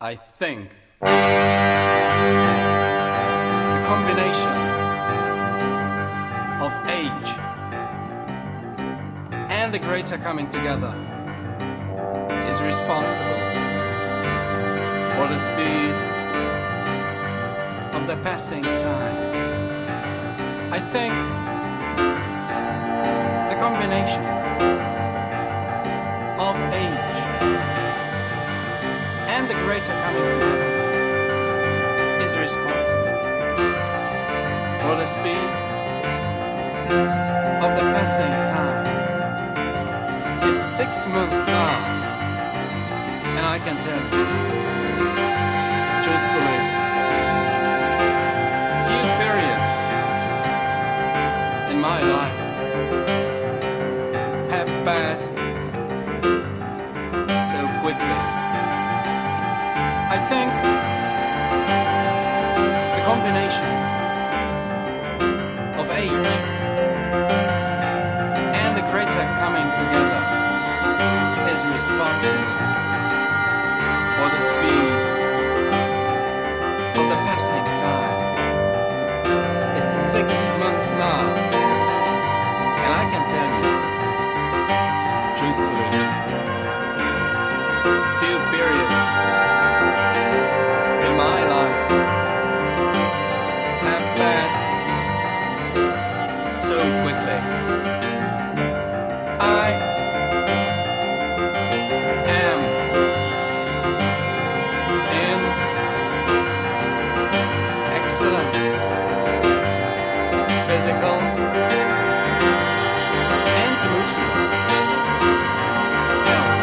I think the combination of age and the greater coming together is responsible for the speed of the passing time. I think the combination of age and the greater coming together is responsible for the speed of the passing time. It's 6 months now, and I can tell you, truthfully, few periods in my life have passed so quickly. I think the combination of age and the greater coming together is responsible for the speed of the passing time. It's 6 months now, and I can tell you, truthfully, few periods in my life have passed so quickly. I am in excellent physical and emotional health.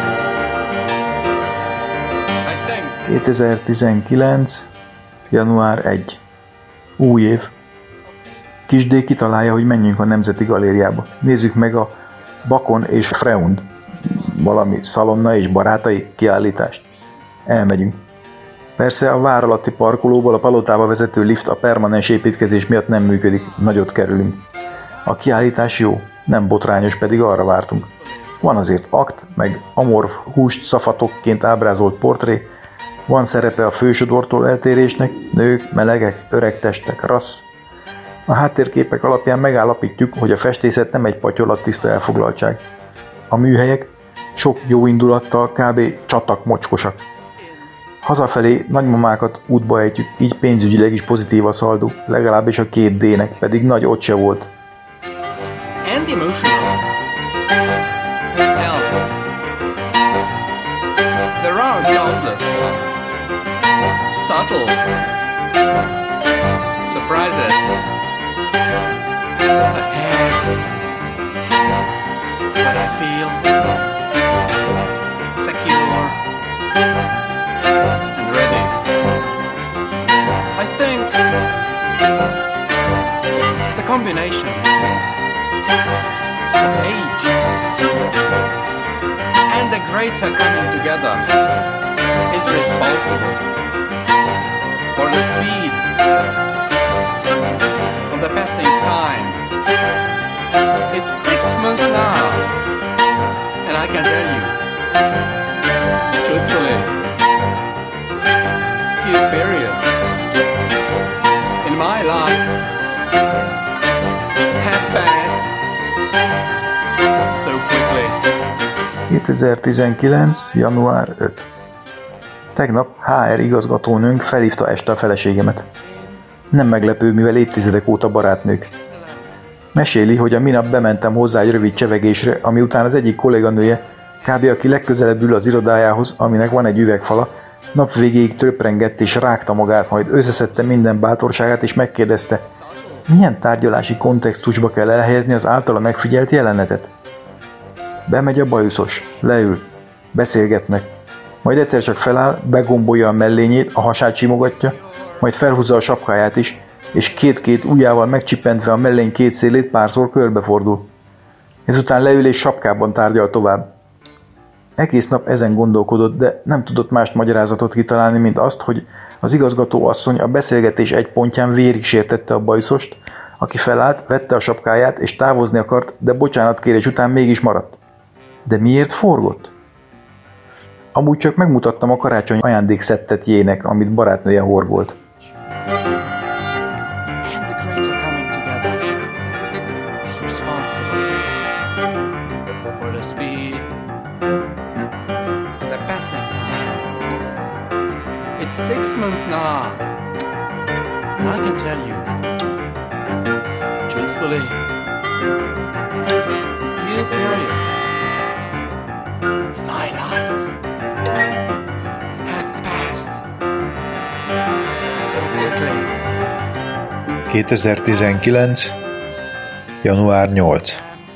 I think 2019. január 1. Új év. Kis D kitalálja, hogy menjünk a Nemzeti Galériába. Nézzük meg a Bakon és Freund, valami Szalonna és barátai kiállítást. Elmegyünk. Persze a vár alatti parkolóból a palotába vezető lift a permanens építkezés miatt nem működik, nagyot kerülünk. A kiállítás jó, nem botrányos, pedig arra vártunk. Van azért akt, meg amorf húst szafatokként ábrázolt portré, van szerepe a fősodortól eltérésnek, nők, melegek, öreg testek, rassz. A háttérképek alapján megállapítjuk, hogy a festészet nem egy patyolattiszta elfoglaltság. A műhelyek sok jó indulattal kb. Csatak mocskosak. Hazafelé nagymamákat útba ejtjük, így pénzügyileg is pozitív a szaldó, legalábbis a 2 D-nek, pedig nagy ott se volt. and emotional health. There are doubtless subtle surprises ahead, but I feel secure and ready. I think the combination of age and the greater coming together is responsible for the speed of the passing time. It's 6 months now, and I can tell you, truthfully, few periods in my life have passed so quickly. 2019. január 5. Tegnap HR igazgatónőnk felhívta este a feleségemet. Nem meglepő, mivel évtizedek óta barátnők. Meséli, hogy a minap bementem hozzá egy rövid csevegésre, ami után az egyik kolléganője, kb. Aki legközelebb ül az irodájához, aminek van egy üvegfala, nap végéig töprengett és rágta magát, majd összeszedte minden bátorságát és megkérdezte, milyen tárgyalási kontextusba kell elhelyezni az általa megfigyelt jelenetet. Bemegy a bajuszos, leül, beszélgetnek, majd egyszer csak feláll, begombolja a mellényét, a hasát simogatja, majd felhúzza a sapkáját is, és két-két ujjával megcsippentve a mellény két szélét párszor körbefordul. Ezután leül és sapkában tárgyal tovább. Egész nap ezen gondolkodott, de nem tudott más magyarázatot kitalálni, mint azt, hogy az igazgató asszony a beszélgetés egy pontján vérig sértette a bajszost, aki felállt, vette a sapkáját és távozni akart, de bocsánatkérés után mégis maradt. De miért forgott? Amúgy csak megmutattam a karácsony ajándékszettet Jének, amit barátnője horgolt. And the greater coming together is responsible for the speed and the passing time. It's 6 months now, and I can tell you, truthfully, few periods in my life have passed so quickly. 2019. január 8.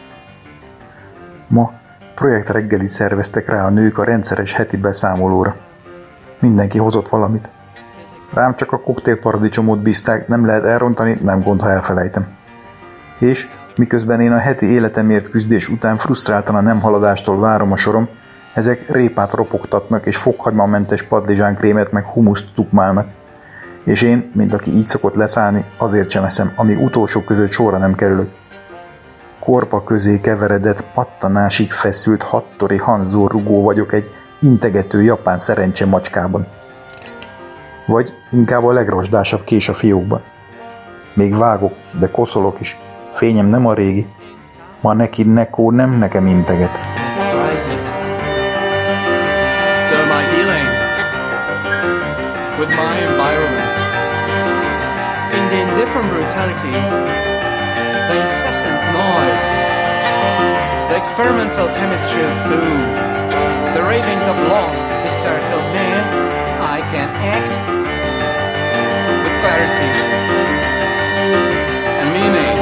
Ma projekt reggelit szerveztek rá a nők a rendszeres heti beszámolóra. Mindenki hozott valamit. Rám csak a koktélparadicsomot bízták, nem lehet elrontani, nem gond, ha elfelejtem. És miközben én a heti életemért küzdés után frusztráltan a nem haladástól várom a sorom, ezek répát ropogtatnak és fokhagymamentes padlizsánkrémet meg humuszt tukmálnak. És én, mint aki így szokott leszállni, azért sem eszem, amíg utolsók között sorra nem kerülök. Korpa közé keveredett, pattanásig feszült hattori Hanzó rugó vagyok egy integető japán szerencse macskában. Vagy inkább a legrosdásabb kés a fiókban. Még vágok, de koszolok is. Fényem nem a régi. Ma neki nekó nem nekem integet. So my dealing with my environment, in the indifferent brutality, the incessant noise, the experimental chemistry of food, the ravings of lost hysterical man, I can act with clarity and meaning.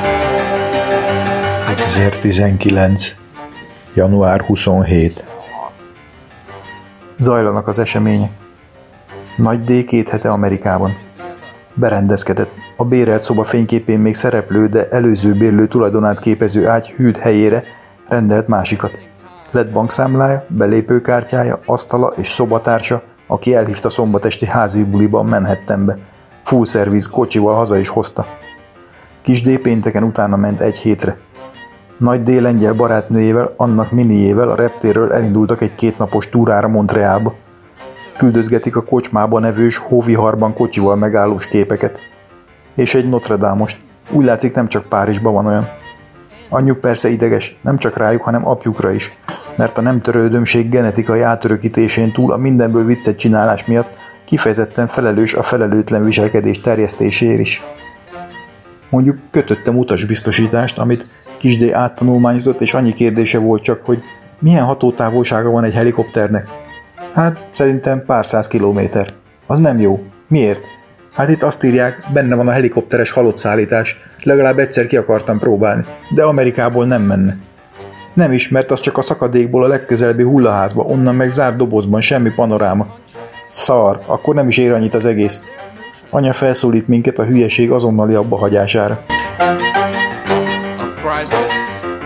2019. január 27. Zajlanak az események. Nagy D 2 hete Amerikában. Berendezkedett. A bérelt szoba fényképén még szereplő, de előző bérlő tulajdonát képező ágy hűlt helyére rendelt másikat. Lett bankszámlája, belépőkártyája, asztala és szobatársa, aki elhívta szombatesti házi buliban Manhattanbe. Full service kocsival haza is hozta. Kis D pénteken utána ment egy hétre. Nagy D lengyel barátnőjével, annak miniével a reptérről elindultak egy 2 napos túrára Montrealba. Küldözgetik a kocsmába nevős, hóviharban kocsival megállós képeket. És egy Notre Dame-ost. Úgy látszik, nem csak Párizsban van olyan. Anyjuk persze ideges, nem csak rájuk, hanem apjukra is, mert a nem törődömség genetikai átörökítésén túl a mindenből viccet csinálás miatt kifejezetten felelős a felelőtlen viselkedés terjesztéséért is. Mondjuk kötöttem utasbiztosítást, amit Kis D áttanulmányozott, és annyi kérdése volt csak, hogy milyen hatótávolsága van egy helikopternek. Hát szerintem pár száz kilométer. Az nem jó. Miért? Hát itt azt írják, benne van a helikopteres halottszállítás. Legalább egyszer ki akartam próbálni, de Amerikából nem menne. Nem is, mert az csak a szakadékból a legközelebbi hullaházba, onnan meg zárt dobozban, semmi panoráma. Szar, akkor nem is ér annyit az egész. Anya felszólít minket a hülyeség azonnali abbahagyására. Of crisis.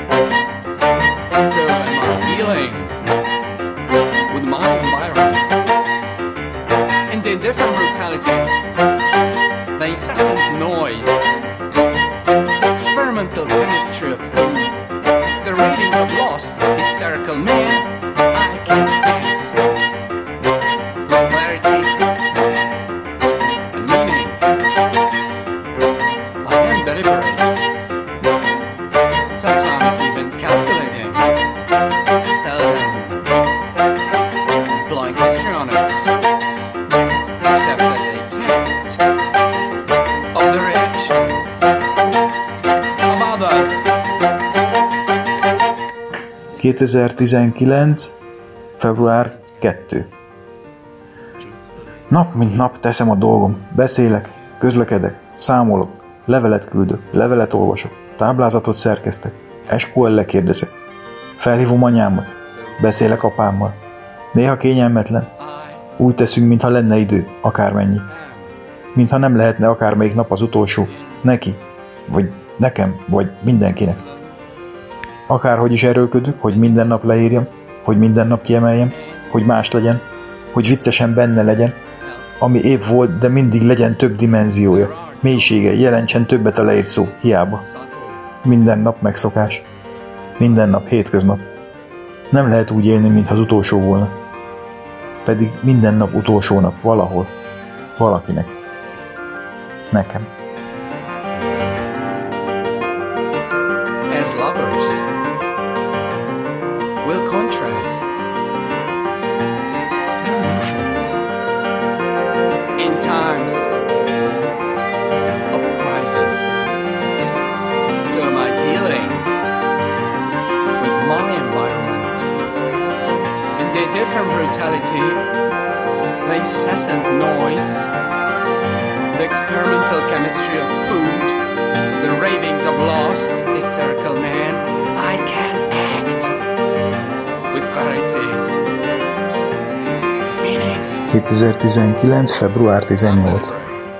So am I dealing with my environment, in the indifferent brutality, the incessant noise, the experimental chemistry of food, the ravings of lost hysterical man, I can act with clarity and meaning. I am deliberate, sometimes even calculating, seldom employing histrionics, except as a test of the reactions of others. 2019. február 2. Nap mint nap teszem a dolgom. Beszélek, közlekedek, számolok, levelet küldök, levelet olvasok, táblázatot szerkesztek, SQL lekérdezek. Felhívom anyámat, beszélek apámmal. Néha kényelmetlen. Úgy teszünk, mintha lenne idő, akármennyi. Mintha nem lehetne akármelyik nap az utolsó. Neki, vagy nekem, vagy mindenkinek. Akárhogy is erőlködök, hogy minden nap leírjam, hogy minden nap kiemeljem, hogy más legyen, hogy viccesen benne legyen, ami épp volt, de mindig legyen több dimenziója, mélysége, jelentsen többet a leírt szó, hiába. Minden nap megszokás. Minden nap hétköznap. Nem lehet úgy élni, mintha az utolsó volna. pedig minden nap utolsó nap valahol, valakinek. Nekem. As lovers, will contrast their emotions in times of crisis. So am I dealing with my environment and their different brutality, the incessant noise, the experimental chemistry of food, the ravings of lost, hysterical man. I can act with clarity, meaning. 2019. február 18.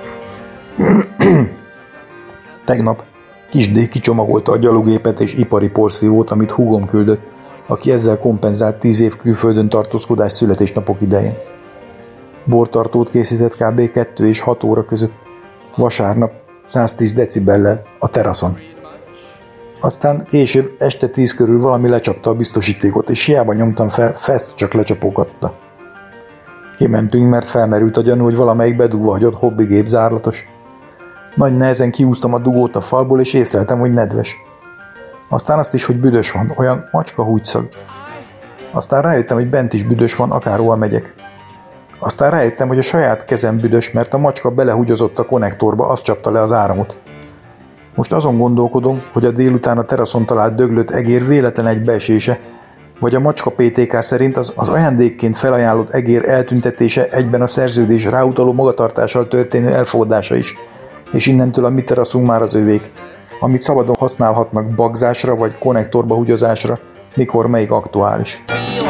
Tegnap Kis D kicsomagolta a gyalogépet és ipari porszívót, amit húgom küldött, aki ezzel kompenzált 10 év külföldön tartózkodás születésnapok idején. Bortartót készített kb. 2 és 6 óra között, vasárnap 110 decibellel a teraszon. Aztán később este 10 körül valami lecsapta a biztosítékot, és hiába nyomtam fel, Fest csak lecsapógatta. Kimentünk, mert felmerült a gyanú, hogy valamelyik bedugva hagyott hobbigép zárlatos. Nagy nehezen kiúztam a dugót a falból, és észleltem, hogy nedves. Aztán azt is, hogy büdös van, olyan macska húgyszag. Aztán rájöttem, hogy bent is büdös van, akárhol megyek. Aztán rájöttem, hogy a saját kezem büdös, mert a macska belehugyozott a konnektorba, azt csapta le az áramot. Most azon gondolkodom, hogy a délután a teraszon talált döglött egér véletlen egybeesése, vagy a macska PTK szerint az ajándékként felajánlott egér eltüntetése egyben a szerződés ráutaló magatartással történő elfogadása is, és innentől a mi teraszunk már az övék, amit szabadon használhatnak bagzásra vagy konnektorba húgyozásra, mikor melyik aktuális.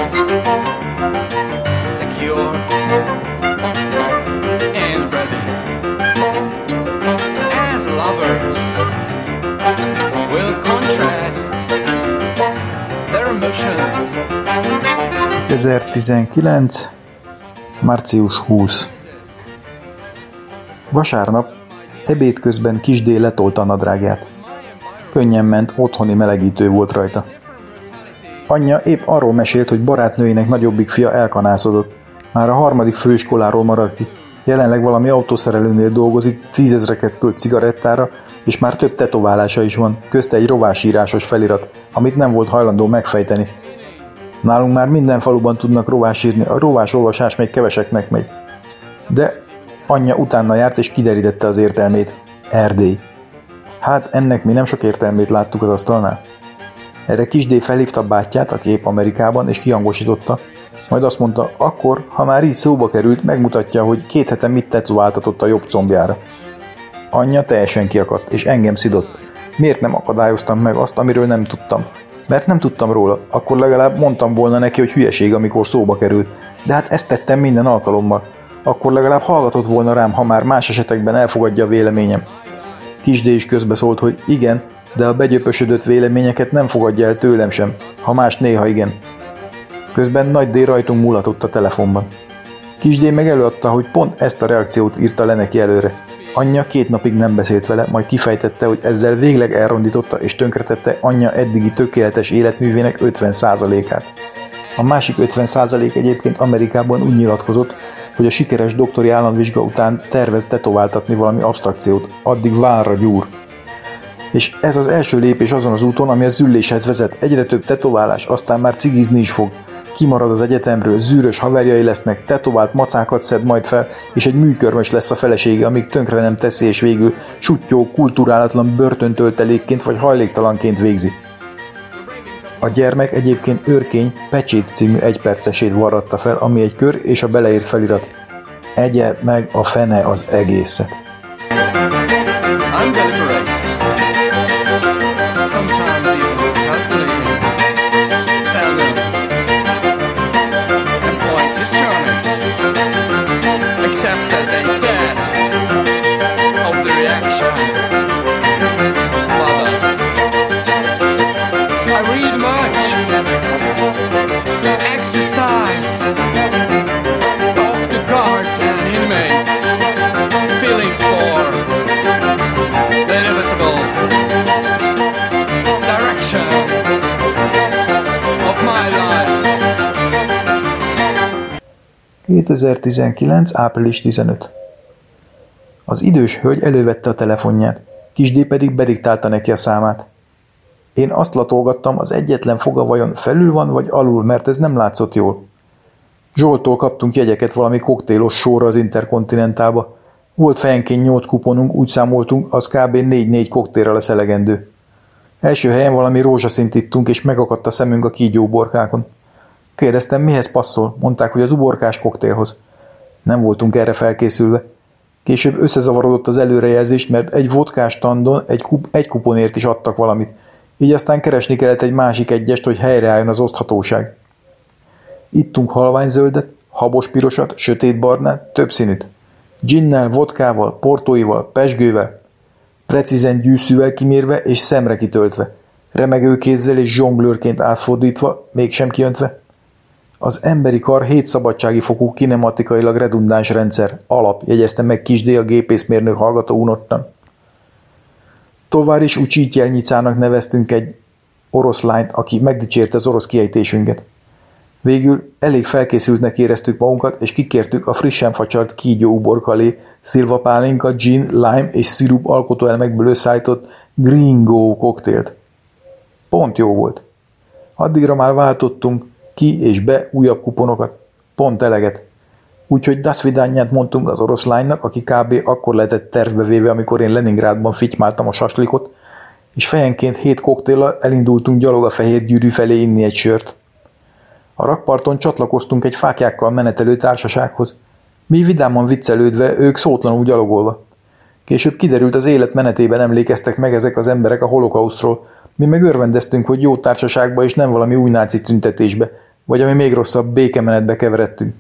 Secure and ready. As lovers, will contrast their emotions. 2019. március 20. Vasárnap ebéd közben Kis D letolta a nadrágját. Könnyen ment, otthoni melegítő volt rajta. Anyja épp arról mesélt, hogy barátnőjének nagyobbik fia elkanászodott. Már a 3. főiskoláról maradt ki. Jelenleg valami autószerelőnél dolgozik, 10 000-eket költ cigarettára, és már több tetoválása is van, közte egy rovásírásos felirat, amit nem volt hajlandó megfejteni. Nálunk már minden faluban tudnak rovásírni, a rovásolvasás még keveseknek megy. De anyja utána járt, és kiderítette az értelmét. Erdély. Hát ennek mi nem sok értelmét láttuk az asztalnál. Erre Kis D felhívta bátyját, aki épp Amerikában, és kihangosította, majd azt mondta, akkor, ha már így szóba került, megmutatja, hogy 2 hete mit tetováltatott a jobb combjára. Anyja teljesen kiakadt, és engem szidott. Miért nem akadályoztam meg azt, amiről nem tudtam? Mert nem tudtam róla, akkor legalább mondtam volna neki, hogy hülyeség, amikor szóba került. De hát ezt tettem minden alkalommal. Akkor legalább hallgatott volna rám, ha már más esetekben elfogadja a véleményem. Kis D is közbeszólt, hogy igen, de a begyöpösödött véleményeket nem fogadja el tőlem sem, ha más néha igen. Közben Nagy D rajtunk mulatott a telefonban. Kis D meg előadta, hogy pont ezt a reakciót írta le neki előre. Anyja 2 napig nem beszélt vele, majd kifejtette, hogy ezzel végleg elrondította és tönkretette anyja eddigi tökéletes életművének 50%-át. A másik 50% egyébként Amerikában úgy nyilatkozott, hogy a sikeres doktori államvizsga után tervez tetováltatni valami abstrakciót, addig várra gyúr. És ez az első lépés azon az úton, ami a zülléshez vezet. Egyre több tetoválás, aztán már cigizni is fog. Kimarad az egyetemről, zűrös haverjai lesznek, tetovált macákat szed majd fel, és egy műkörmös lesz a felesége, amíg tönkre nem teszi, és végül suttyó, kulturálatlan börtöntöltelékként vagy hajléktalanként végzi. A gyermek egyébként Őrkény Pecsét című 1 percesét varratta fel, ami egy kör és a beleírt felirat. Egye meg a fene az egészet. I'm deliberate, sometimes even calculating, seldom employing histrionics, except as a test of the reactions of others. I read much, exercise, talk to guards and inmates, feeling for the inevitable direction of my life. 2019. április 15. Az idős hölgy elővette a telefonját, Kisdé pedig bediktálta neki a számát. Én azt latolgattam, az egyetlen foga vajon felül van vagy alul, mert ez nem látszott jól. Zsolttól kaptunk jegyeket valami koktélos sorra az Interkontinentálba. Volt fejenként 8 kuponunk, úgy számoltunk, az kb. 4-4 koktélra lesz elegendő. Első helyen valami rózsaszint ittunk, és megakadt a szemünk a kígyóuborkákon. Kérdeztem, mihez passzol, mondták, hogy az uborkás koktélhoz. Nem voltunk erre felkészülve. Később összezavarodott az előrejelzés, mert egy vodkás standon egy kuponért is adtak valamit. Így aztán keresni kellett egy másik egyest, hogy helyreálljon az oszthatóság. Ittunk halványzöldet, habos-pirosat, sötétbarnát, többszínűt. Ginnel, vodkával, portóival, pezsgővel. Precízen gyűszűvel kimérve és szemre kitöltve. Remegő kézzel és zsonglőrként átfordítva, mégsem kiöntve. Az emberi kar 7 szabadsági fokú kinematikailag redundáns rendszer, alap, jegyezte meg Kisdé a gépészmérnök hallgató unottan. Továris Ucsítjelnyicának neveztünk egy oroszlányt, aki megdicsérte az orosz kiejtésünket. Végül elég felkészültnek éreztük magunkat, és kikértük a frissen facsart kígyó uborkalé, szilvapálinka, gin, lime és szirup alkotóelemekből összeállított Gringo koktélt. Pont jó volt. Addigra már váltottunk ki és be újabb kuponokat. Pont eleget. Úgyhogy daszvidányát mondtunk az oroszlánynak, aki kb. Akkor lehetett tervbe véve, amikor én Leningrádban fitymáltam a saslikot, és fejenként 7 koktéllal elindultunk gyalog a fehér gyűrű felé inni egy sört. A rakparton csatlakoztunk egy fáklyákkal menetelő társasághoz. Mi vidáman viccelődve, ők szótlanul gyalogolva. Később kiderült, az élet menetében emlékeztek meg ezek az emberek a holokausztról, mi meg örvendeztünk, hogy jó társaságba és nem valami új náci tüntetésbe, vagy ami még rosszabb, békemenetbe keveredtünk.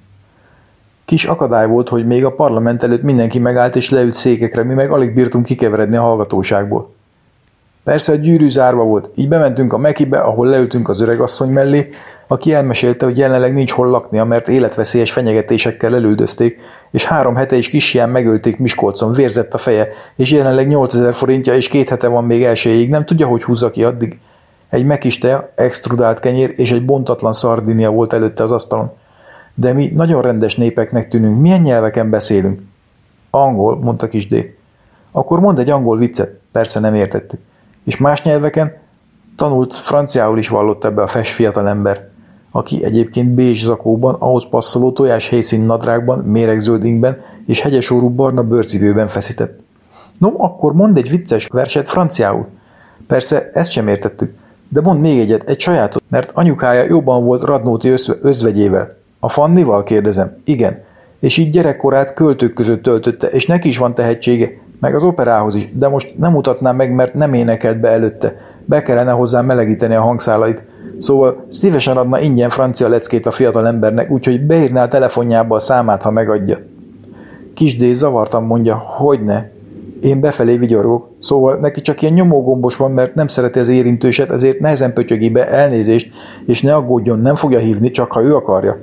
Kis akadály volt, hogy még a parlament előtt mindenki megállt és leült székekre, mi meg alig bírtunk kikeveredni a hallgatóságból. Persze a gyűrű zárva volt, így bementünk a Mekibe, ahol leültünk az öregasszony mellé, aki elmesélte, hogy jelenleg nincs hol laknia, mert életveszélyes fenyegetésekkel elüldözték, és 3 hete is kisján megölték Miskolcon, vérzett a feje, és jelenleg 8000 forintja, és 2 hete van még elsőjéig, nem tudja, hogy húzza ki addig. Egy mekis tea, extrudált kenyér és egy bontatlan szardinia volt előtte az asztalon. De mi nagyon rendes népeknek tűnünk, milyen nyelveken beszélünk? Angol, mondta Kisdé. Akkor mondd egy angol viccet, persze nem értettük. És más nyelveken? Tanult franciául is vallott ebbe a fes fiatalember, aki egyébként bézs zakóban, ahhoz passzoló tojás helyszín nadrágban, méregzöld ingben és hegyesorú barna bőrcipőben feszített. No, akkor mondd egy vicces verset franciául. Persze, ezt sem értettük, de mondd még egyet, egy sajátot, mert anyukája jobban volt Radnóti özvegyével. A Fannival, kérdezem? Igen. És így gyerekkorát költők között töltötte, és neki is van tehetsége, meg az operához is, de most nem mutatnám meg, mert nem énekelt be előtte. Be kellene hozzá melegíteni a hangszálait. Szóval szívesen adna ingyen francia leckét a fiatal embernek, úgyhogy beírná a telefonjába a számát, ha megadja. Kisdé zavartan mondja, hogyne. Én befelé vigyorgok, szóval neki csak ilyen nyomógombos van, mert nem szereti az érintőset, ezért nehezen pötyögi be, elnézést, és ne aggódjon, nem fogja hívni, csak ha ő akarja.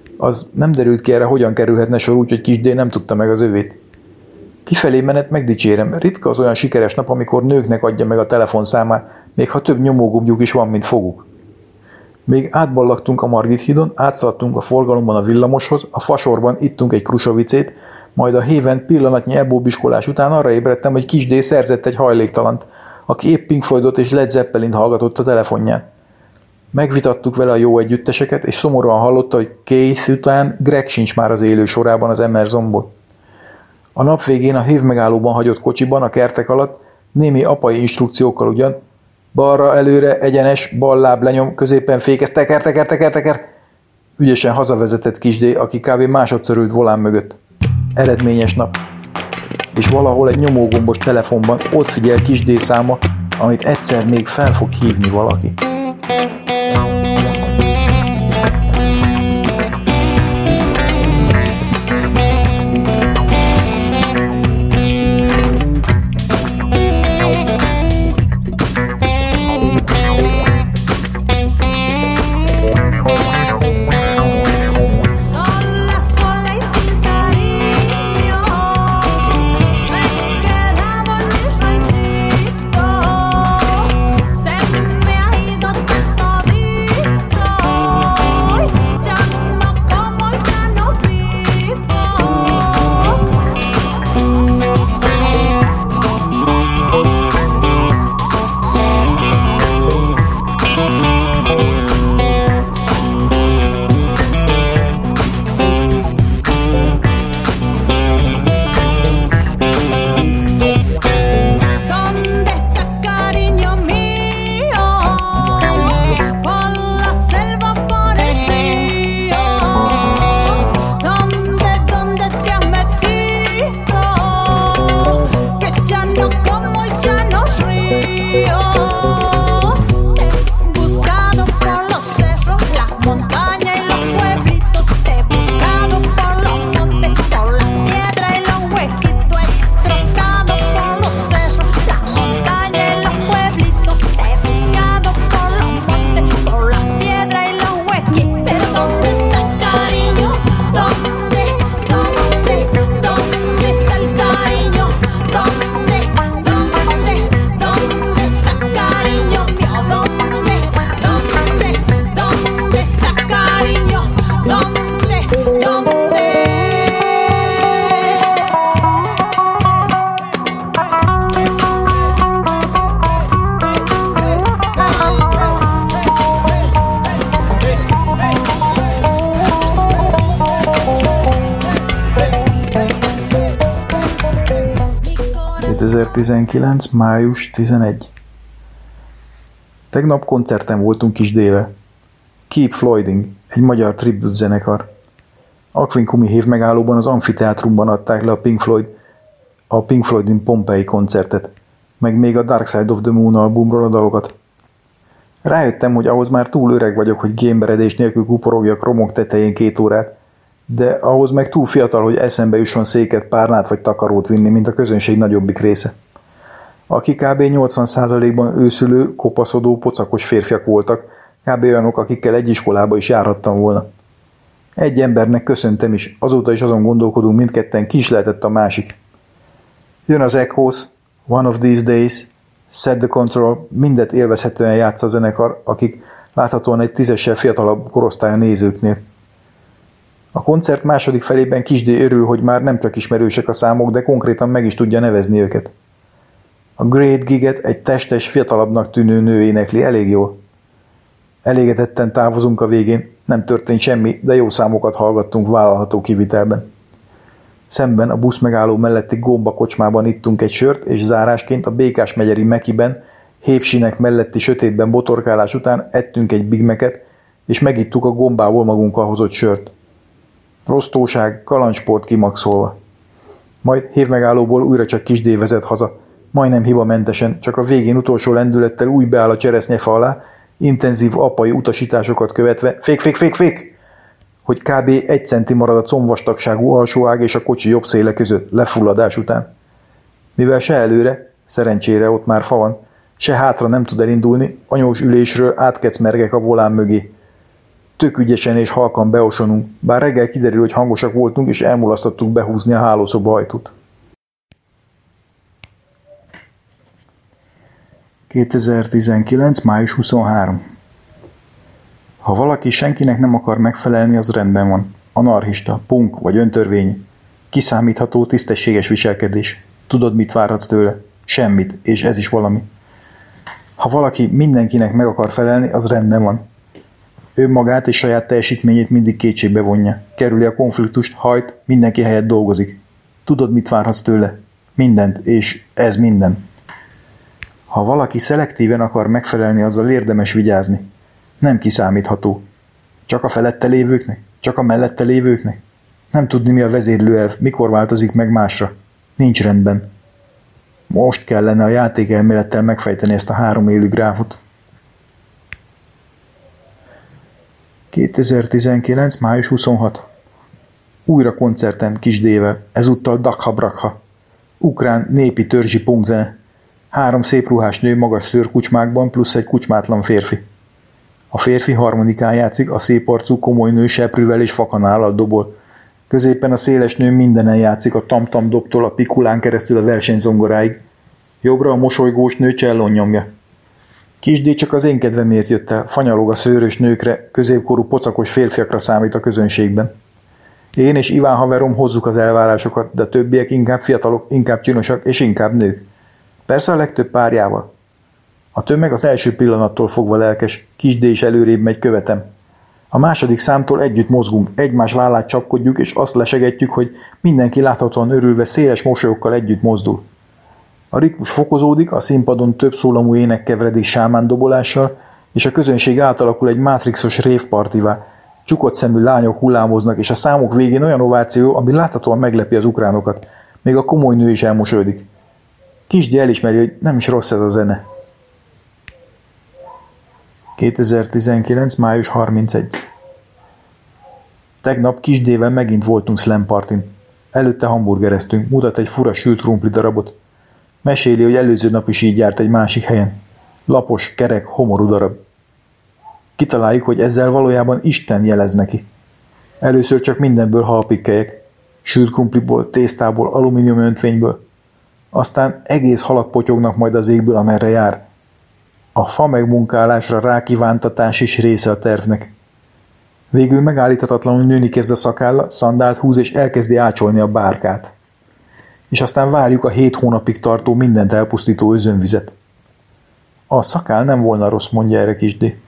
Az nem derült ki erre, hogyan kerülhetne sor, úgyhogy Kisdé nem tudta meg az övét. Kifelé menet megdicsérem, ritka az olyan sikeres nap, amikor nőknek adja meg a telefonszámát, még ha több nyomógombjuk is van, mint foguk. Még átballagtunk a Margit hídon, átszaladtunk a forgalomban a villamoshoz, a fasorban ittunk egy krusovicét, majd a héven pillanatnyi ebóbiskolás után arra ébredtem, hogy Kisdé szerzett egy hajléktalant, aki épp Pink Floydot és Led Zeppelint hallgatott a telefonján. Megvitattuk vele a jó együtteseket, és szomorúan hallotta, hogy Keith után Greg sincs már az élő sorában az Emersonból. A nap végén a hévmegállóban hagyott kocsiban, a kertek alatt, némi apai instrukciókkal ugyan, balra, előre, egyenes, bal láb lenyom, középen fékez, teker. Ügyesen hazavezetett Kisdé, aki kb. Másodszor ült volán mögött. Eredményes nap. És valahol egy nyomógombos telefonban ott figyel Kisdé száma, amit egyszer még fel fog hívni valaki. 2019. május 11. Tegnap koncerten voltunk Kisdével. Keep Floyding, egy magyar tribute zenekar. Aquincumi hév megállóban az amfiteátrumban adták le a Pink Floydin Pompeii koncertet, meg még a Dark Side of the Moon albumról a dalokat. Rájöttem, hogy ahhoz már túl öreg vagyok, hogy gémberedés nélkül kuporogjak romok tetején 2 órát, de ahhoz meg túl fiatal, hogy eszembe jusson széket, párnát vagy takarót vinni, mint a közönség nagyobbik része. Akik kb. 80%-ban őszülő, kopaszodó, pocakos férfiak voltak, kb. Olyanok, akikkel egy iskolába is járhattam volna. Egy embernek köszöntem is, azóta is azon gondolkodunk mindketten, ki is lehetett a másik. Jön az Echoes, One of These Days, Set the Control, mindet élvezhetően játsza a zenekar, akik láthatóan egy 10-essel fiatalabb korosztály a nézőknél. A koncert második felében Kisdé örül, hogy már nem csak ismerősek a számok, de konkrétan meg is tudja nevezni őket. A Great Giget egy testes, fiatalabbnak tűnő nő énekli elég jól. Elégedetten távozunk a végén, nem történt semmi, de jó számokat hallgattunk vállalható kivitelben. Szemben a busz megálló melletti Gomba kocsmában ittunk egy sört, és zárásként a Békás-megyeri Mekiben, hévsinek melletti sötétben botorkálás után ettünk egy Big Mac-et, és megittuk a Gombából magunkkal hozott sört. Rostóság, kalandsport kimaxolva. Majd hévmegállóból újra csak Kisdé vezet haza, majdnem hibamentesen, csak a végén utolsó lendülettel úgy beáll a cseresznyefa alá, intenzív apai utasításokat követve, fék, hogy kb. 1 centi marad a combvastagságú alsóág és a kocsi jobb széle között, lefulladás után. Mivel se előre, szerencsére ott már fa van, se hátra nem tud elindulni, anyós ülésről átkecmergek a volán mögé. Tök ügyesen és halkan beosonunk, bár reggel kiderül, hogy hangosak voltunk, és elmulasztottuk behúzni a hálószoba ajtót. 2019. május 23. Ha valaki senkinek nem akar megfelelni, az rendben van. Anarchista, punk vagy öntörvényi. Kiszámítható, tisztességes viselkedés. Tudod, mit várhatsz tőle? Semmit, és ez is valami. Ha valaki mindenkinek meg akar felelni, az rendben van. Ő magát és saját teljesítményét mindig kétségbe vonja. Kerüli a konfliktust, hajt, mindenki helyett dolgozik. Tudod, mit várhatsz tőle? Mindent, és ez minden. Ha valaki szelektíven akar megfelelni, azzal érdemes vigyázni. Nem kiszámítható. Csak a felette lévőknek? Csak a mellette lévőknek? Nem tudni, mi a vezérlőelv, mikor változik meg másra. Nincs rendben. Most kellene a játékelmélettel megfejteni ezt a 3 élő gráfot. 2019. május 26. Újra koncertem Kisdével, ezúttal Dakha Brakha. Ukrán népi törzsi punkzene. 3 szép ruhás nő magas szőrkucsmákban plusz egy kucsmátlan férfi. A férfi harmonikán játszik, a szép arcú komoly nő seprűvel és fakanállal dobol. Középen a széles nő mindenen játszik, a tam-tam dobtól a pikulán keresztül a versenyzongoráig. Jobbra a mosolygós nő csellón nyomja. Kisdé csak az én kedvemért jött el, fanyalog a szőrös nőkre, középkorú pocakos férfiakra számít a közönségben. Én és Iván haverom hozzuk az elvárásokat, de a többiek inkább fiatalok, inkább csinosak és inkább nők. Persze a legtöbb párjával. A tömeg az első pillanattól fogva lelkes, Kisdé is előrébb megy, követem. A második számtól együtt mozgunk, egymás vállát csapkodjuk, és azt lesegetjük, hogy mindenki láthatóan örülve széles mosolyokkal együtt mozdul. A ritmus fokozódik, a színpadon több szólamú ének keveredik sámán dobolással, és a közönség átalakul egy mátrixos révpartivá. Csukott szemű lányok hullámoznak, és a számok végén olyan ováció, ami láthatóan meglepi az ukránokat. Még a komoly nő is elmosolyodik. Kisdé elismeri, hogy nem is rossz ez a zene. 2019. május 31. Tegnap Kisdével megint voltunk slam partin. Előtte hamburgereztünk, mutat egy fura sült krumpli darabot. Meséli, hogy előző nap is így járt egy másik helyen. Lapos, kerek, homorú darab. Kitaláljuk, hogy ezzel valójában Isten jelez neki. Először csak mindenből halpikkelyek. Sült krumpliból, tésztából, alumínium öntvényből. Aztán egész halak potyognak majd az égből, amerre jár. A fa megmunkálásra rákívántatás is része a tervnek. Végül megállíthatatlanul nőni kezd a szakálla, szandált húz és elkezdi ácsolni a bárkát. És aztán várjuk a 7 hónapig tartó mindent elpusztító özönvizet. A szakál nem volna rossz, mondja erre Kisdé.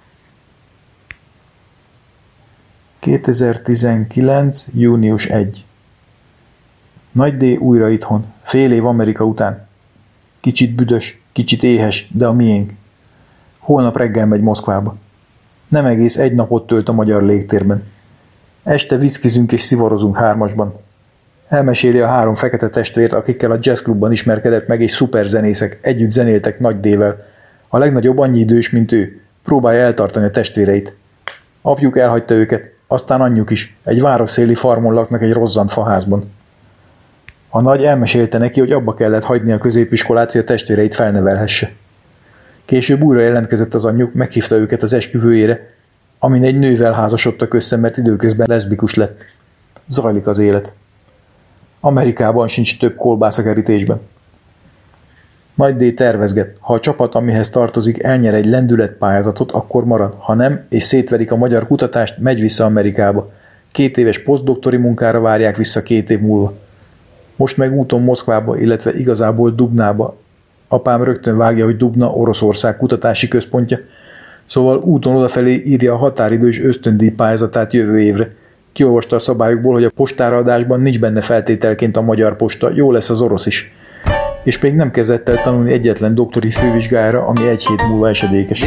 2019. június 1. Nagy D újra itthon, fél év Amerika után. Kicsit büdös, kicsit éhes, de a miénk. Holnap reggel megy Moszkvába. Nem egész egy napot tölt a magyar légtérben. Este viszkizünk és szivarozunk 3-asban. Elmeséli a 3 fekete testvért, akikkel a jazzklubban ismerkedett meg, és szuperzenészek, együtt zenéltek Nagy D-vel. A legnagyobb annyi idős, mint ő. Próbálja eltartani a testvéreit. Apjuk elhagyta őket, aztán anyjuk is. Egy városszéli farmon laknak egy rozzant faházban. A nagy elmesélte neki, hogy abba kellett hagyni a középiskolát, hogy a testvéreit felnevelhesse. Később újra jelentkezett az anyjuk, meghívta őket az esküvőjére, amin egy nővel házasodtak össze, mert időközben leszbikus lett. Zajlik az élet. Amerikában sincs több kolbász a kerítésben. Nagy D tervezget, ha a csapat, amihez tartozik, elnyer egy lendületpályázatot, akkor marad, ha nem, és szétverik a magyar kutatást, megy vissza Amerikába. 2 éves posztdoktori munkára várják vissza 2 év múlva. Most meg úton Moszkvába, illetve igazából Dubnába. Apám rögtön vágja, hogy Dubna Oroszország kutatási központja, szóval úton odafelé írja a határidős ösztöndíj pályázatát jövő évre. Kiolvasta a szabályokból, hogy a postáraadásban nincs benne feltételként a magyar posta, jó lesz az orosz is. És még nem kezdett el tanulni egyetlen doktori fővizsgájára, ami 1 hét múlva esedékes.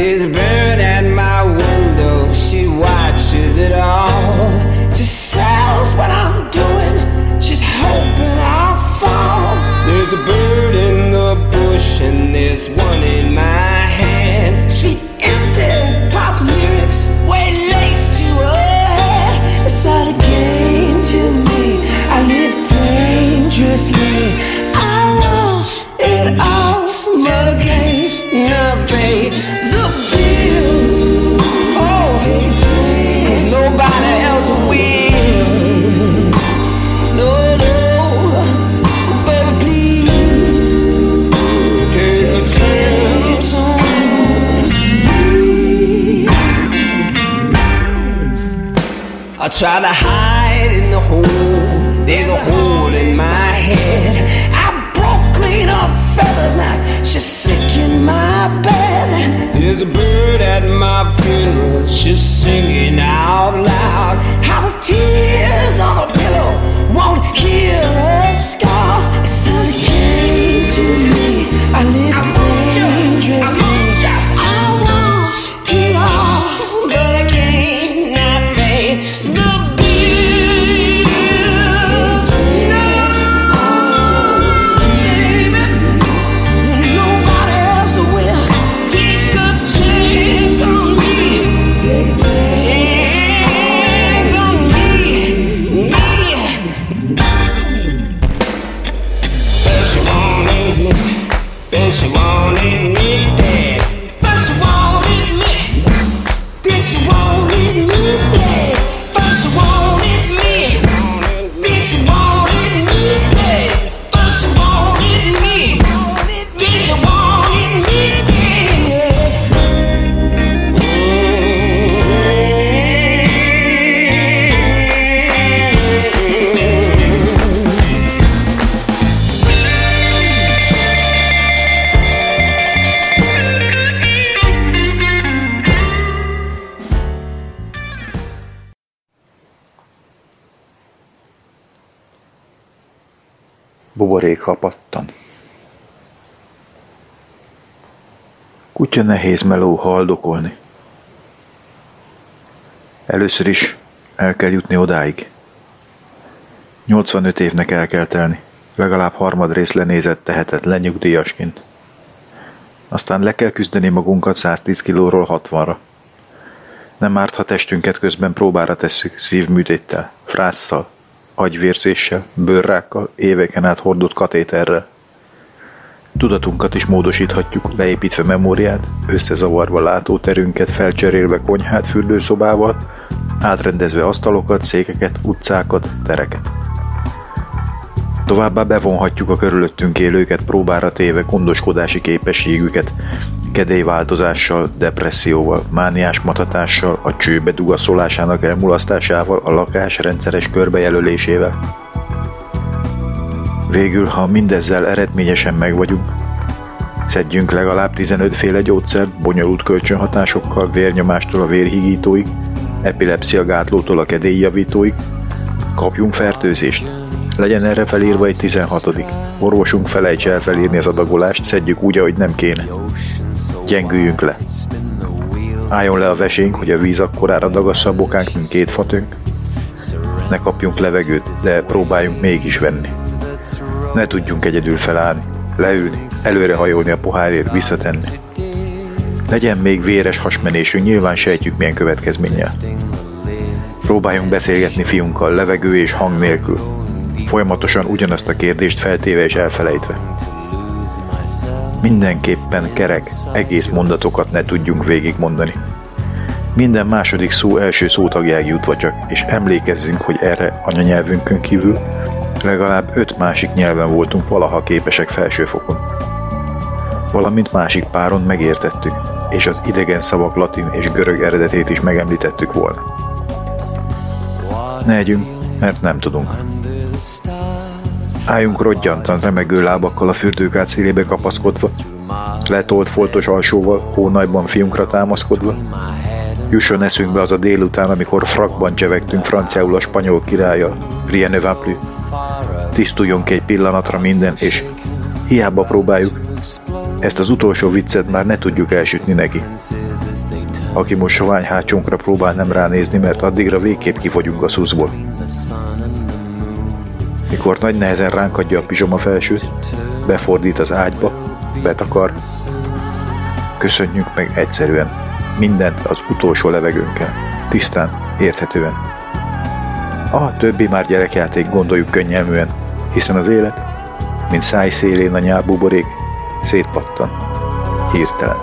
There's a bird in the bush and there's one in my hand. Sweet empty pop lyrics, way laced to her head. It's all a game to me. I live dangerously. I want it all, but I can't not pay the bill. Oh, 'cause nobody else will. I try to hide in the hole. There's a hole in my head. I broke clean off feathers, now she's sick in my bed. There's a bird at my funeral, she's singing out loud. How the tears on a pillow won't heal her scars. It's all a game to me. I live dangerously. I want it all, but I can't not pay the bill. No, baby, nobody else will. Take a chance on me. Take a chance on me. But she wanted me. Then she wanted me dead. But she wanted me. Then she wanted me dead. First she wanted me. Then she wanted me dead. First she wanted me. Then she wanted me dead. Buborékha pattan. Kutya nehéz meló haldokolni. Először is el kell jutni odáig. 85 évnek el kell telni, legalább harmadrész lenézett tehetetlen nyugdíjasként. Aztán le kell küzdeni magunkat 110 kilóról 60-ra. Nem árt, ha testünket közben próbára tesszük szívműtéttel, frásszal, agyvérzéssel, bőrrákkal, éveken át hordott katéterrel. Tudatunkat is módosíthatjuk, leépítve memóriát, összezavarva látóterünket, felcserélve konyhát fürdőszobával, átrendezve asztalokat, székeket, utcákat, tereket. Továbbá bevonhatjuk a körülöttünk élőket, próbára téve gondoskodási képességüket, kedélyváltozással, depresszióval, mániás matatással, a csőbe dugaszolásának elmulasztásával, a lakás rendszeres körbejelölésével. Végül, ha mindezzel eredményesen megvagyunk, szedjünk legalább 15 féle gyógyszert, bonyolult kölcsönhatásokkal, vérnyomástól a vérhigítóig, epilepsziagátlótól a kedélyjavítóig, kapjunk fertőzést, Legyen erre felírva egy 16. Orvosunk felejtse el felírni az adagolást, szedjük úgy, ahogy nem kéne. Gyengüljünk le. Álljon le a vesénk, hogy a víz akkorára dagassza a bokánk, mint 2 fatönk. Ne kapjunk levegőt, de próbáljunk mégis venni. Ne tudjunk egyedül felállni, leülni, előrehajolni a pohárért, visszatenni. Legyen még véres hasmenésünk, nyilván sejtjük milyen következménnyel. Próbáljunk beszélgetni fiunkkal, levegő és hang nélkül. Folyamatosan ugyanazt a kérdést feltéve és elfelejtve. Mindenképpen kerek, egész mondatokat ne tudjunk végigmondani. Minden második szó első szótagjáig jutva csak, és emlékezzünk, hogy erre anyanyelvünkön kívül legalább 5 másik nyelven voltunk valaha képesek felsőfokon. Valamint másik páron megértettük, és az idegen szavak latin és görög eredetét is megemlítettük volna. Ne együnk, mert nem tudunk. Álljunk roggyantan, remegő lábakkal a fürdőkád szélébe kapaszkodva, letolt foltos alsóval, hónajban fiunkra támaszkodva. Jusson eszünkbe az a délután, amikor frakban csevegtünk franciául a spanyol királlyal, rien ne va plus. Tisztuljon ki egy pillanatra minden, és hiába próbáljuk, ezt az utolsó viccet már ne tudjuk elsütni neki. Aki most sovány hátsónkra próbál nem ránézni, mert addigra végképp kifogyunk a szuszból. Mikor nagy nehezen ránk adja a pizsoma felsőt, befordít az ágyba, betakar, köszönjük meg egyszerűen mindent az utolsó levegőnkkel, tisztán, érthetően. A többi már gyerekjáték, gondoljuk könnyelműen, hiszen az élet, mint száj szélén a nyálbuborék, szétpattan, hirtelen.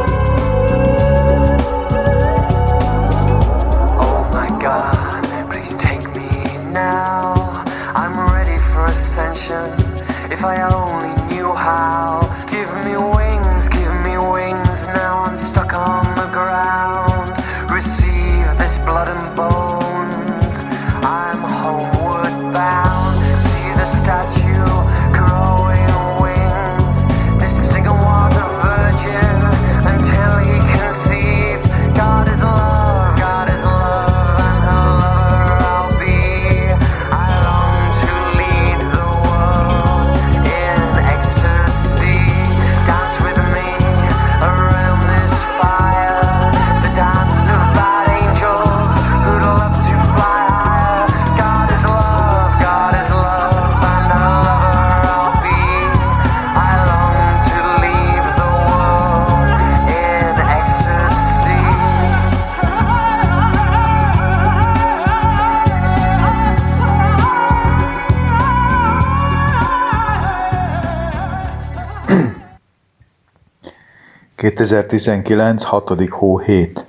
Oh my God, please take me now. I'm ready for ascension. If I only knew how. Give me wings. Now I'm stuck on the ground. Receive this blood and bones. I'm homeward bound. See the statue growing wings. This singer was a virgin until he conceived. God is love, and her lover I'll be. I long to lead the world in ecstasy. Dance with me around this fire. The dance of bad angels who'd love to fly higher. God is love, and her lover I'll be. I long to leave the world in ecstasy. 2019. 6. hó 7.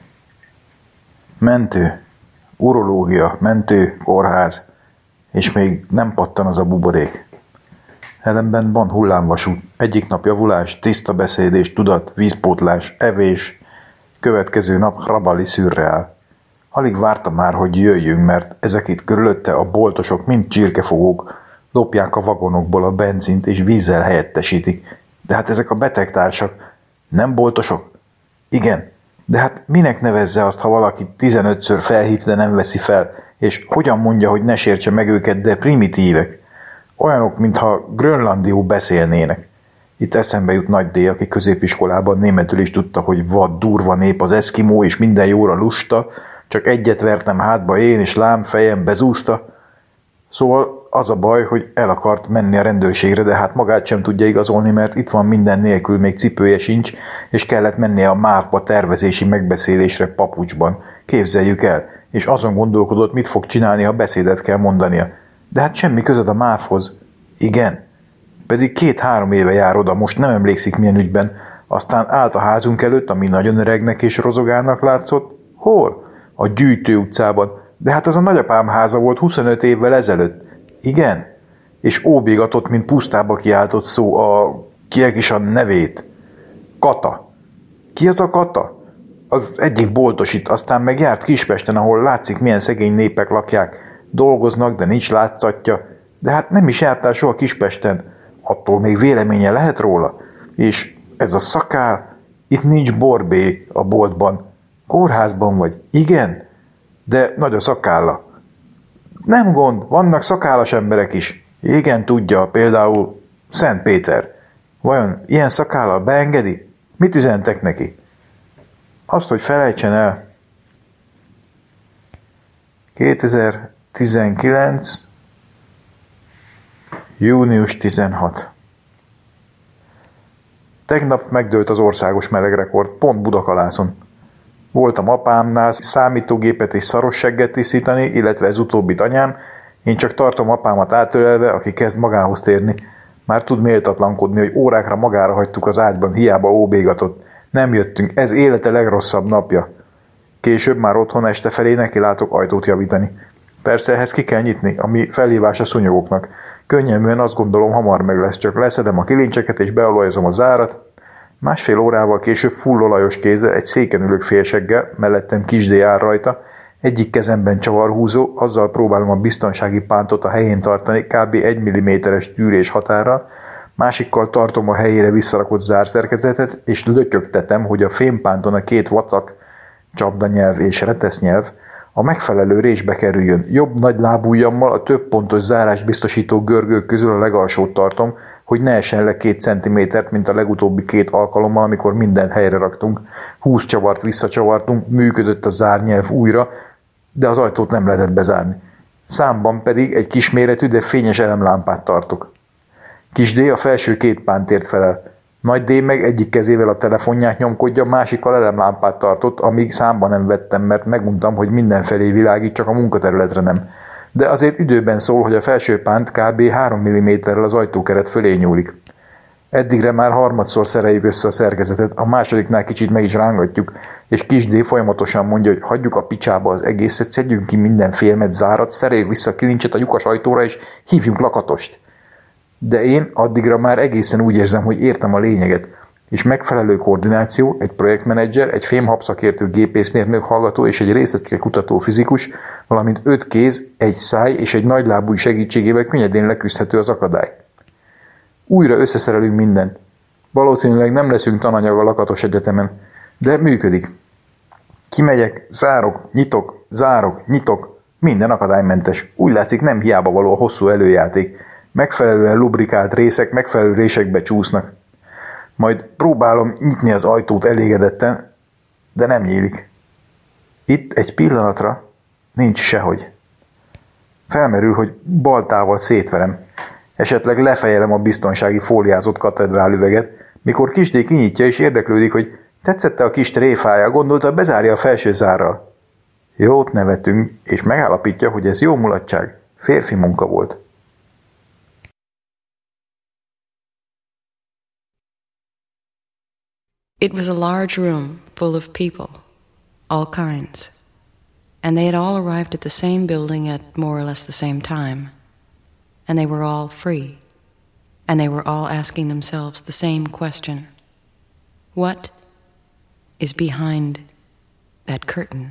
Mentő, urológia, mentő, kórház, és még nem pattan az a buborék. Ellenben van hullámvasút, egyik nap javulás, tiszta beszéd és tudat, vízpótlás, evés, következő nap hrabali szürreál. Alig vártam már, hogy jöjjünk, mert ezek itt körülötte a boltosok mind csirkefogók, lopják a vagonokból a benzint és vízzel helyettesítik. De hát ezek a betegtársak nem boltosok? Igen, de hát minek nevezze azt, ha valaki 15-ször felhív, de nem veszi fel, és hogyan mondja, hogy ne sértse meg őket, de primitívek? Olyanok, mintha grönlandiul beszélnének. Itt eszembe jut Nagy D, aki középiskolában németül is tudta, hogy vad durva nép az eszkimó, és minden jóra lusta, csak egyet vertem hátba én, és lám fejem bezúzta. Szóval az a baj, hogy el akart menni a rendőrségre, de hát magát sem tudja igazolni, mert itt van minden nélkül, még cipője sincs, és kellett mennie a MÁV-ba tervezési megbeszélésre papucsban. Képzeljük el, és azon gondolkodott, mit fog csinálni, ha beszédet kell mondania. De hát semmi közöd a MÁV-hoz. Igen. Pedig 2-3 éve jár oda, most nem emlékszik milyen ügyben. Aztán állt a házunk előtt, ami nagyon öregnek és rozogálnak látszott. Hol? A Gyűjtő utcában. De hát az a nagyapám háza volt 25 évvel ezelőtt. Igen? És óbégatott, mint pusztába kiáltott szó kiek is a nevét. Kata. Ki az a Kata? Az egyik boltos itt, aztán meg járt Kispesten, ahol látszik, milyen szegény népek lakják. Dolgoznak, de nincs látszatja. De hát nem is jártál soha Kispesten. Attól még véleménye lehet róla. És ez a szakál, itt nincs borbé a boltban. Kórházban vagy? Igen? De nagy a szakálla. Nem gond, vannak szakállas emberek is. Igen, tudja, például Szent Péter. Vajon ilyen szakállal beengedi? Mit üzentek neki? Azt, hogy felejtsen el. 2019. június 16. Tegnap megdőlt az országos melegrekord, pont Budakalászon. Voltam apámnál számítógépet és szaros segget tisztítani, illetve ez utóbbit anyám. Én csak tartom apámat átölelve, aki kezd magához térni. Már tud méltatlankodni, hogy órákra magára hagytuk az ágyban, hiába óbégatott. Nem jöttünk, ez élete legrosszabb napja. Később már otthon este felé nekilátok ajtót javítani. Persze ehhez ki kell nyitni, ami felhívás a szúnyogoknak. Könnyelműen azt gondolom, hamar meg lesz, csak leszedem a kilincseket és beolajozom a zárat. Másfél órával később fullolajos kézzel, egy széken ülök félseggel, mellettem Kisdé áll rajta, egyik kezemben csavarhúzó, azzal próbálom a biztonsági pántot a helyén tartani, kb. 1 mm-es tűrés határral, másikkal tartom a helyére visszarakott zárszerkezetet, és lötyögtetem, hogy a fémpánton a 2 vacak, csapdanyelv és retesznyelv a megfelelő résbe kerüljön. Jobb nagy lábujjammal a több pontos zárás biztosító görgők közül a legalsót tartom, hogy ne essen le 2 centimétert, mint a legutóbbi 2 alkalommal, amikor mindent helyre raktunk. 20 csavart visszacsavartunk, működött a zárnyelv újra, de az ajtót nem lehetett bezárni. Számban pedig egy kisméretű, de fényes elemlámpát tartok. Kis D a felső 2 pántért felel. Nagy D meg egyik kezével a telefonját nyomkodja, másikkal elemlámpát tartott, amíg számba nem vettem, mert meguntam, hogy mindenfelé világít, csak a munkaterületre nem. De azért időben szól, hogy a felső pánt kb. 3 mm-rel az ajtókeret fölé nyúlik. Eddigre már harmadszor szereljük össze a szerkezetet, a másodiknál kicsit meg is rángatjuk, és Kis D folyamatosan mondja, hogy hagyjuk a picsába az egészet, szedjünk ki minden félmet, zárat, szereljük vissza a kilincset a lyukas ajtóra, és hívjunk lakatost. De én addigra már egészen úgy érzem, hogy értem a lényeget, és megfelelő koordináció, egy projektmenedzser, egy fémhabszakértő gépészmérnök hallgató és egy részecskekutató fizikus, valamint 5 kéz, egy száj és egy nagylábúj segítségével könnyedén leküzdhető az akadály. Újra összeszerelünk mindent. Valószínűleg nem leszünk tananyag a Lakatos Egyetemen, de működik. Kimegyek, zárok, nyitok, minden akadálymentes. Úgy látszik, nem hiába való a hosszú előjáték. Megfelelően lubrikált részek megfelelő résekbe csúsznak. Majd próbálom nyitni az ajtót elégedetten, de nem nyílik. Itt egy pillanatra nincs sehogy. Felmerül, hogy baltával szétverem. Esetleg lefejelem a biztonsági fóliázott katedrálüveget, mikor Kisdé kinyitja és érdeklődik, hogy tetszette a kis tréfája, gondolta, bezárja a felső zárral. Jót nevetünk, és megállapítja, hogy ez jó mulatság, férfi munka volt. It was a large room full of people, all kinds, and they had all arrived at the same building at more or less the same time, and they were all free, and they were all asking themselves the same question: what is behind that curtain?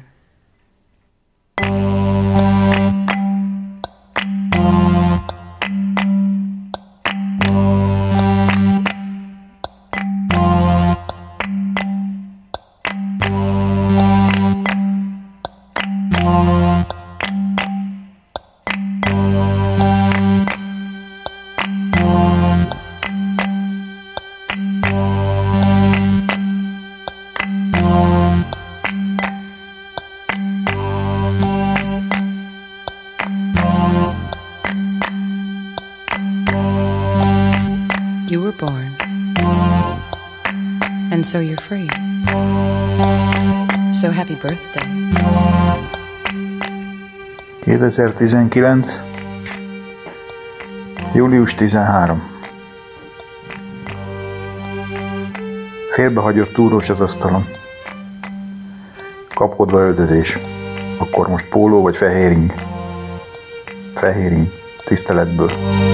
You were born, and so you're free. So happy birthday. 2019. július 13. Félbehagyott túrós az asztalon. Kapkodva öltözés. Akkor most póló vagy fehéring? Fehéring. Tiszteletből.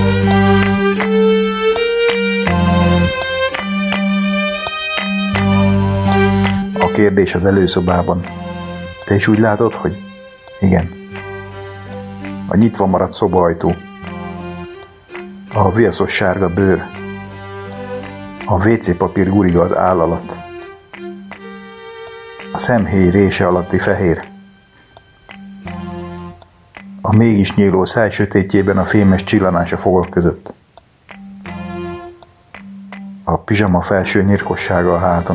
A kérdés az előszobában. Te is úgy látod, hogy? Igen. A nyitva maradt szobaajtó. A viaszos sárga bőr. A WC papír guriga az áll alatt. A szemhéj rése alatti fehér. A A mégis nyíló száj sötétjében a fémes csillanás a fogak között. A pizsama felső nyírkossága a háton.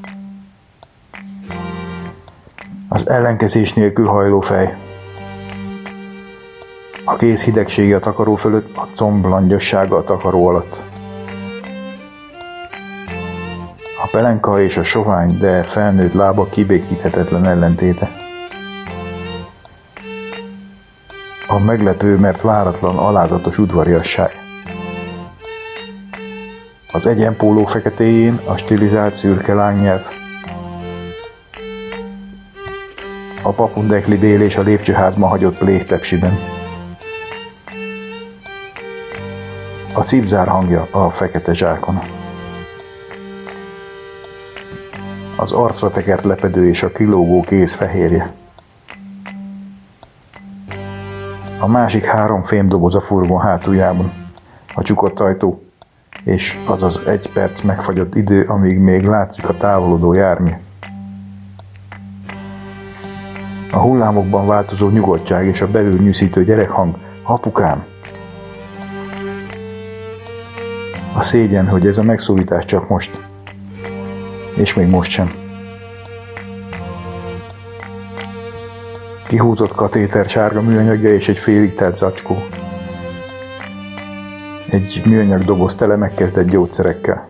Az ellenkezés nélkül hajló fej. A kéz hidegsége a takaró fölött, a comb langyossága a takaró alatt. A pelenka és a sovány, de felnőtt lába kibékíthetetlen ellentéte. A meglepő, mert váratlan, alázatos udvariasság. Az egyenpóló feketéjén a stilizált szürke lángnyelv. A papundekli délés a lépcsőházban hagyott plégtepsiben. A cipzár hangja a fekete zsákon. Az arcra tekert lepedő és a kilógó kéz fehérje. A másik 3 fémdoboz a furgon hátuljában, a csukott ajtó, és az az 1 perc megfagyott idő, amíg még látszik a távolodó jármű. A hullámokban változó nyugodtság és a belül nyűszítő gyerekhang, apukám! A szégyen, hogy ez a megszólítás csak most, és még most sem. Kihúzott katéter sárga műanyagja és egy félig telt zacskó. Egy műanyag doboz tele megkezdett gyógyszerekkel.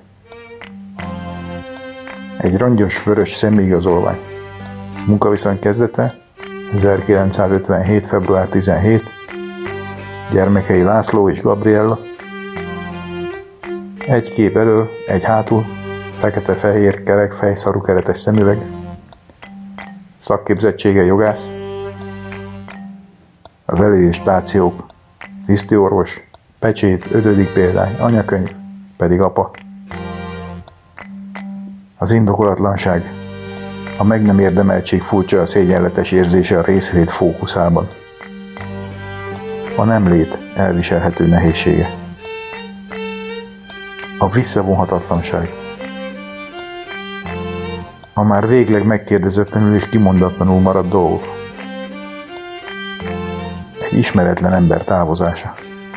Egy rongyos, vörös személyigazolvány. Munkaviszony kezdete 1957. február 17. Gyermekei László és Gabriella. Egy kép elől, egy hátul, fekete-fehér, kerekfej, szarukeretes szemüveg. Szakképzettsége jogász. Az elő és stációk, tisztiorvos, pecsét, 5. példány, anyakönyv, pedig apa. Az indokolatlanság, a meg nem érdemeltség furcsa, a szégyenletes érzése a részrét fókuszában. A nem lét elviselhető nehézsége. A visszavonhatatlanság. A már végleg megkérdezetlenül és kimondatlanul maradt dolgok. Egy ismeretlen ember távozása.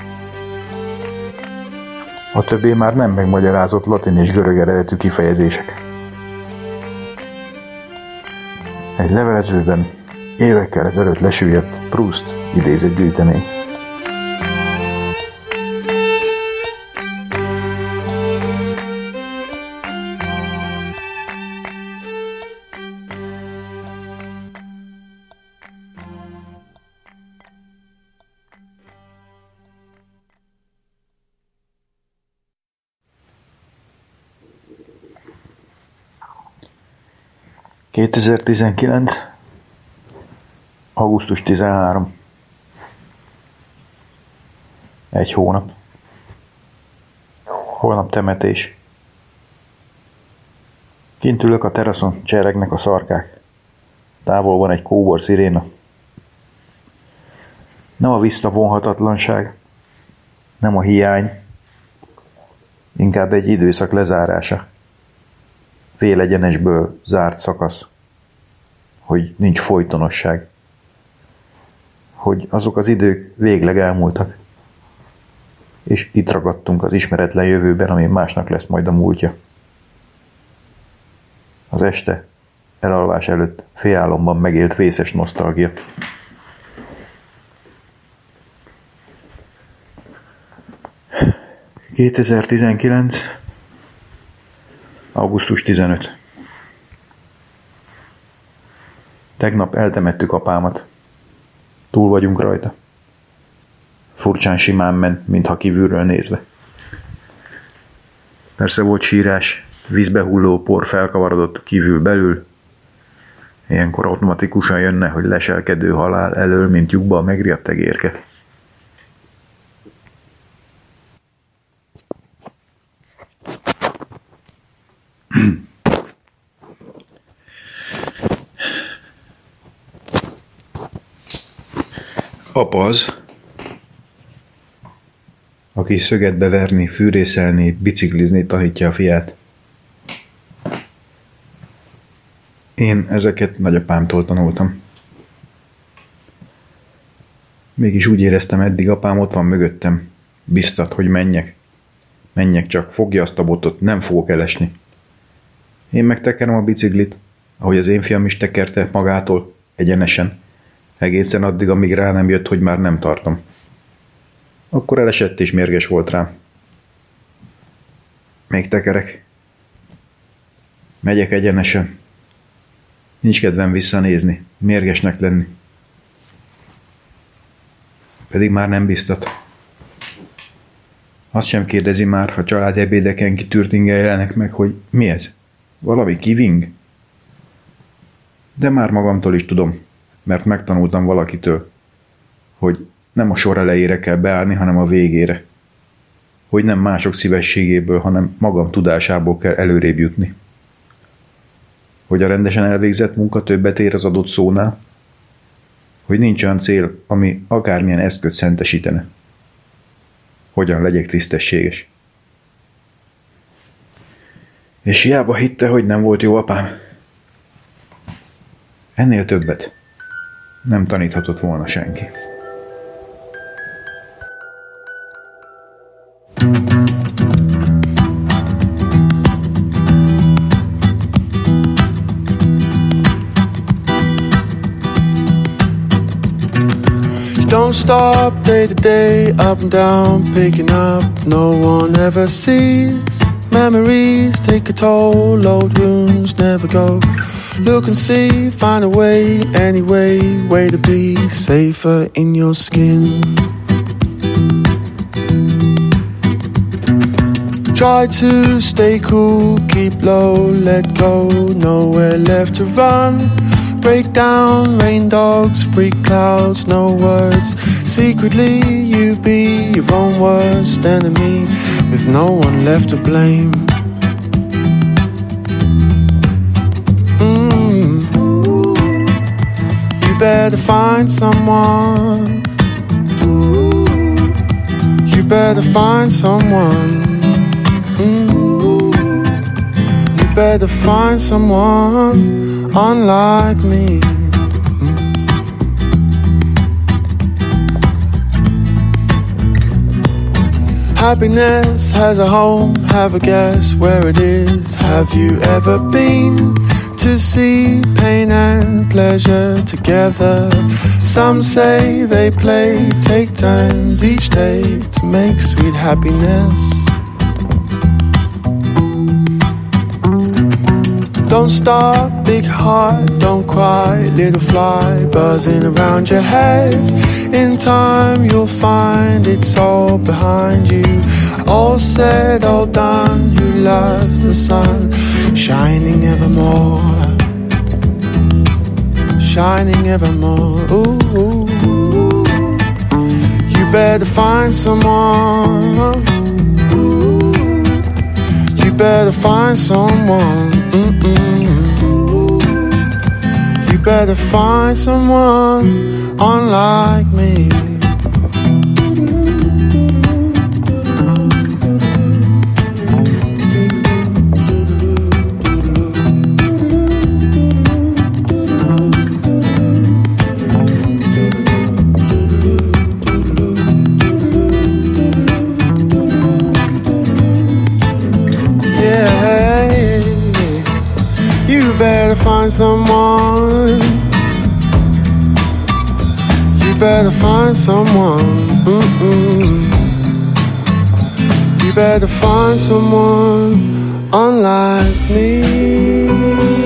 A többé már nem megmagyarázott latin és görög eredetű kifejezések. Egy levelezőben évekkel ezelőtt lesüllyedt Proust idézett gyűjtemény. ...2019. augusztus 13. 1 hónap. Holnap temetés. Kint ülök a teraszon, cseregnek a szarkák. Távol van egy kóbor sziréna. Nem a visszavonhatatlanság, nem a hiány, inkább egy időszak lezárása. Félegyenesből zárt szakasz, hogy nincs folytonosság, hogy azok az idők végleg elmúltak, és itt ragadtunk az ismeretlen jövőben, ami másnak lesz majd a múltja. Az este, elalvás előtt félálomban megélt vészes nosztalgia. ...2019. augusztus 15. Tegnap eltemettük apámat. Túl vagyunk rajta. Furcsán simán ment, mintha kívülről nézve. Persze volt sírás, vízbe hulló por felkavarodott kívül-belül. Ilyenkor automatikusan jönne, hogy leselkedő halál elől, mint lyukba a megriadt egérke. Apa az, aki szöget beverni, fűrészelni, biciklizni tanítja a fiát. Én ezeket nagyapámtól tanultam. Mégis úgy éreztem, eddig apám ott van mögöttem. Biztat, hogy menjek. Menjek csak, fogja azt a botot, nem fogok elesni. Én megtekerem a biciklit, ahogy az én fiam is tekerte magától, egyenesen. Egészen addig, amíg rá nem jött, hogy már nem tartom. Akkor elesett és mérges volt rám. Még tekerek. Megyek egyenesen. Nincs kedvem visszanézni, mérgesnek lenni. Pedig már nem biztat. Azt sem kérdezi már, ha családi ebédeken kitürtingeljenek meg, hogy mi ez? Valami kiving? De már magamtól is tudom, mert megtanultam valakitől, hogy nem a sor elejére kell beállni, hanem a végére. Hogy nem mások szívességéből, hanem magam tudásából kell előrébb jutni. Hogy a rendesen elvégzett munka többet ér az adott szónál, hogy nincs olyan cél, ami akármilyen eszközt szentesítene. Hogyan legyek tisztességes. És hiába hitte, hogy nem volt jó apám. Ennél többet nem taníthatott volna senki. Don't stop day to day, up and down, picking up, no one ever sees. Memories take a toll, old wounds never go. Look and see, find a way, any way to be safer in your skin. Try to stay cool, keep low, let go, nowhere left to run. Break down, rain dogs, freak clouds, no words. Secretly you be your own worst enemy, with no one left to blame. You better find someone. You better find someone. You better find someone unlike me. Happiness has a home, have a guess where it is. Have you ever been to see pain and pleasure together? Some say they play, take turns each day to make sweet happiness. Don't stop, big heart, don't cry, little fly buzzing around your head. In time you'll find it's all behind you. All said, all done, who loves the sun? Shining evermore, shining evermore. Ooh. You better find someone. You better find someone. You better find someone unlike me. Better find someone. You better find someone. You better find someone unlike me.